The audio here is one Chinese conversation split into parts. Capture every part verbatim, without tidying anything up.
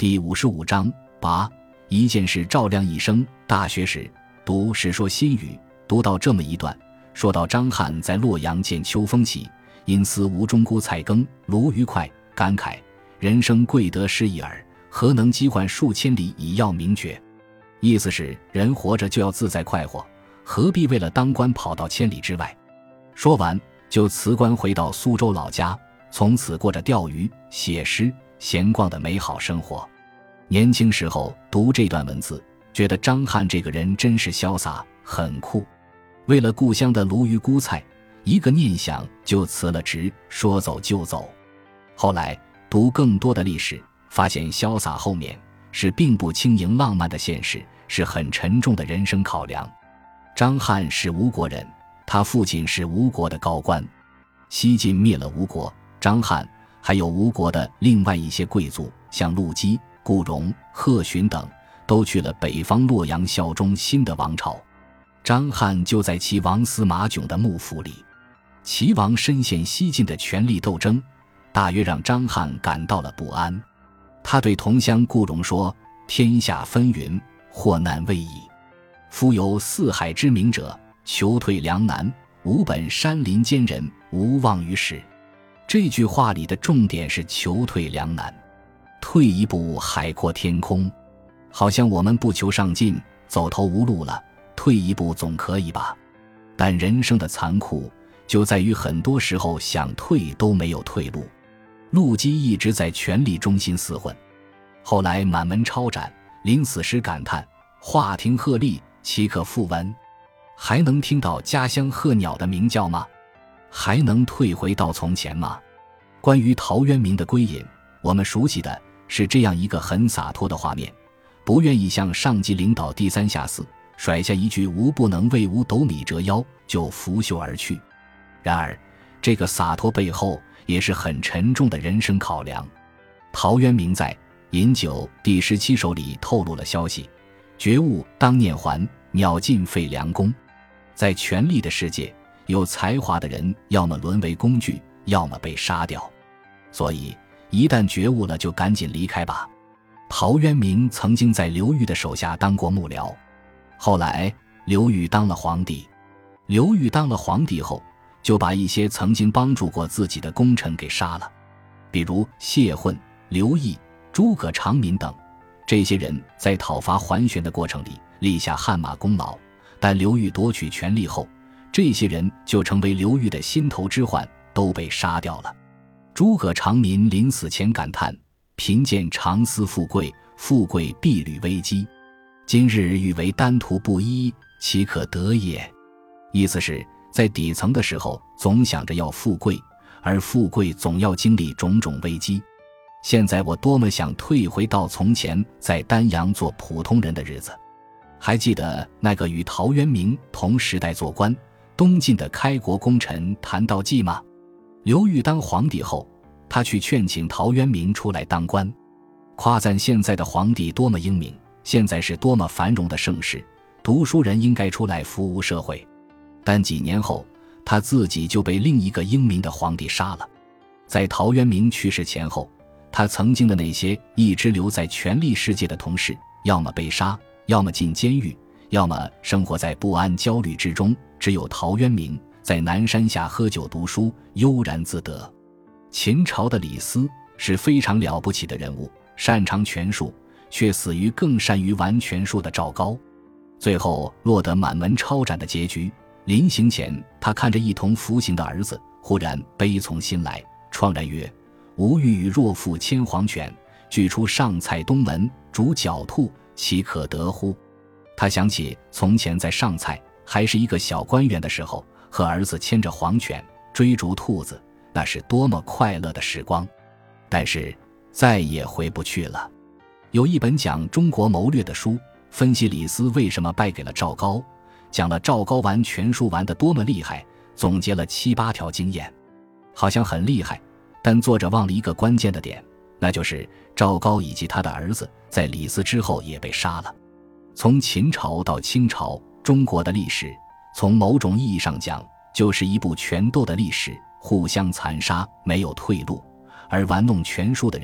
第五十五章八，一件事照亮一生。大学时读《史说新语》，读到这么一段，说到张翰在洛阳见秋风起，因思吴中姑蔡庚、卢愉快，感慨人生贵得失一耳，何能疾患数千里以要名爵。意思是人活着就要自在快活，何必为了当官跑到千里之外。说完就辞官回到苏州老家，从此过着钓鱼、写诗、闲逛的美好生活。年轻时候读这段文字，觉得张翰这个人真是潇洒很酷，为了故乡的鲈鱼菇菜，一个念想就辞了职，说走就走。后来读更多的历史，发现潇洒后面是并不轻盈浪漫的现实，是很沉重的人生考量。张翰是吴国人，他父亲是吴国的高官。西晋灭了吴国，张翰还有吴国的另外一些贵族，像陆基、顾荣、贺寻等，都去了北方洛阳效忠新的王朝。张翰就在齐王司马囧的幕府里。齐王深陷西晋的权力斗争，大约让张翰感到了不安。他对同乡顾荣说：天下纷纭，祸难未已，夫有四海之名者，求退梁南，吾本山林间人，无望于世。这句话里的重点是求退梁南，退一步海阔天空，好像我们不求上进，走投无路了，退一步总可以吧。但人生的残酷就在于很多时候想退都没有退路。陆基一直在权力中心厮混，后来满门抄斩，临死时感叹：华亭鹤唳，岂可复闻？还能听到家乡鹤鸟的鸣叫吗？还能退回到从前吗？关于陶渊明的归隐，我们熟悉的是这样一个很洒脱的画面：不愿意向上级领导低三下四，甩下一句吾不能为五斗米折腰，就拂袖而去。然而这个洒脱背后也是很沉重的人生考量。陶渊明在《饮酒》第十七首里透露了消息：觉悟当念还，鸟尽废良弓。在权力的世界，有才华的人要么沦为工具，要么被杀掉。所以一旦觉悟了，就赶紧离开吧。陶渊明曾经在刘裕的手下当过幕僚，后来刘裕当了皇帝。刘裕当了皇帝后，就把一些曾经帮助过自己的功臣给杀了，比如谢混、刘毅、诸葛长民等。这些人在讨伐桓玄的过程里立下汗马功劳，但刘裕夺取权力后，这些人就成为刘裕的心头之患，都被杀掉了。诸葛长民临死前感叹：贫贱常思富贵，富贵必履危机。今日欲为丹徒不一，岂可得也？意思是在底层的时候总想着要富贵，而富贵总要经历种种危机。现在我多么想退回到从前在丹阳做普通人的日子。还记得那个与陶渊明同时代做官东晋的开国功臣谭道济吗？刘裕当皇帝后，他去劝请陶渊明出来当官，夸赞现在的皇帝多么英明，现在是多么繁荣的盛世，读书人应该出来服务社会。但几年后，他自己就被另一个英明的皇帝杀了。在陶渊明去世前后，他曾经的那些一直留在权力世界的同事，要么被杀，要么进监狱，要么生活在不安焦虑之中，只有陶渊明在南山下喝酒读书，悠然自得。秦朝的李斯是非常了不起的人物，擅长权术，却死于更善于玩权术的赵高，最后落得满门抄斩的结局。临行前，他看着一同服刑的儿子，忽然悲从心来，怆然曰：吾欲与若负牵黄犬，举出上蔡东门，逐狡兔，岂可得乎？他想起从前在上蔡还是一个小官员的时候，和儿子牵着黄犬追逐兔子，那是多么快乐的时光，但是再也回不去了。有一本讲中国谋略的书，分析李斯为什么败给了赵高，讲了赵高玩权术玩得多么厉害，总结了七八条经验，好像很厉害，但作者忘了一个关键的点，那就是赵高以及他的儿子在李斯之后也被杀了。从秦朝到清朝，中国的历史从某种意义上讲就是一部权斗的历史，互相残杀，没有退路，而玩弄权术的人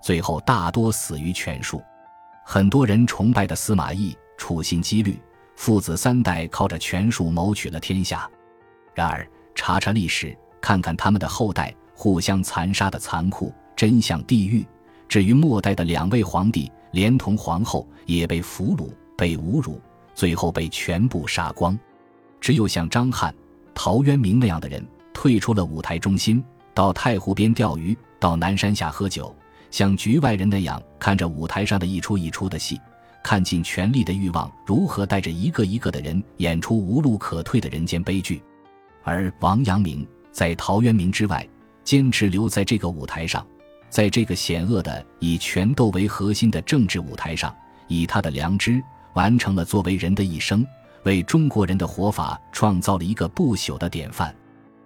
最后大多死于权术。很多人崇拜的司马懿、处心积虑，父子三代靠着权术谋取了天下。然而查查历史，看看他们的后代互相残杀的残酷，真像地狱。至于末代的两位皇帝，连同皇后也被俘虏、被侮辱，最后被全部杀光。只有像张翰、陶渊明那样的人退出了舞台中心，到太湖边钓鱼，到南山下喝酒，像局外人那样看着舞台上的一出一出的戏，看尽权力的欲望如何带着一个一个的人演出无路可退的人间悲剧。而王阳明在陶渊明之外，坚持留在这个舞台上，在这个险恶的以权斗为核心的政治舞台上，以他的良知完成了作为人的一生，为中国人的活法创造了一个不朽的典范。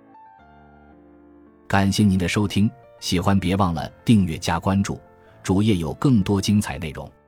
感谢您的收听，喜欢别忘了订阅加关注，主页有更多精彩内容。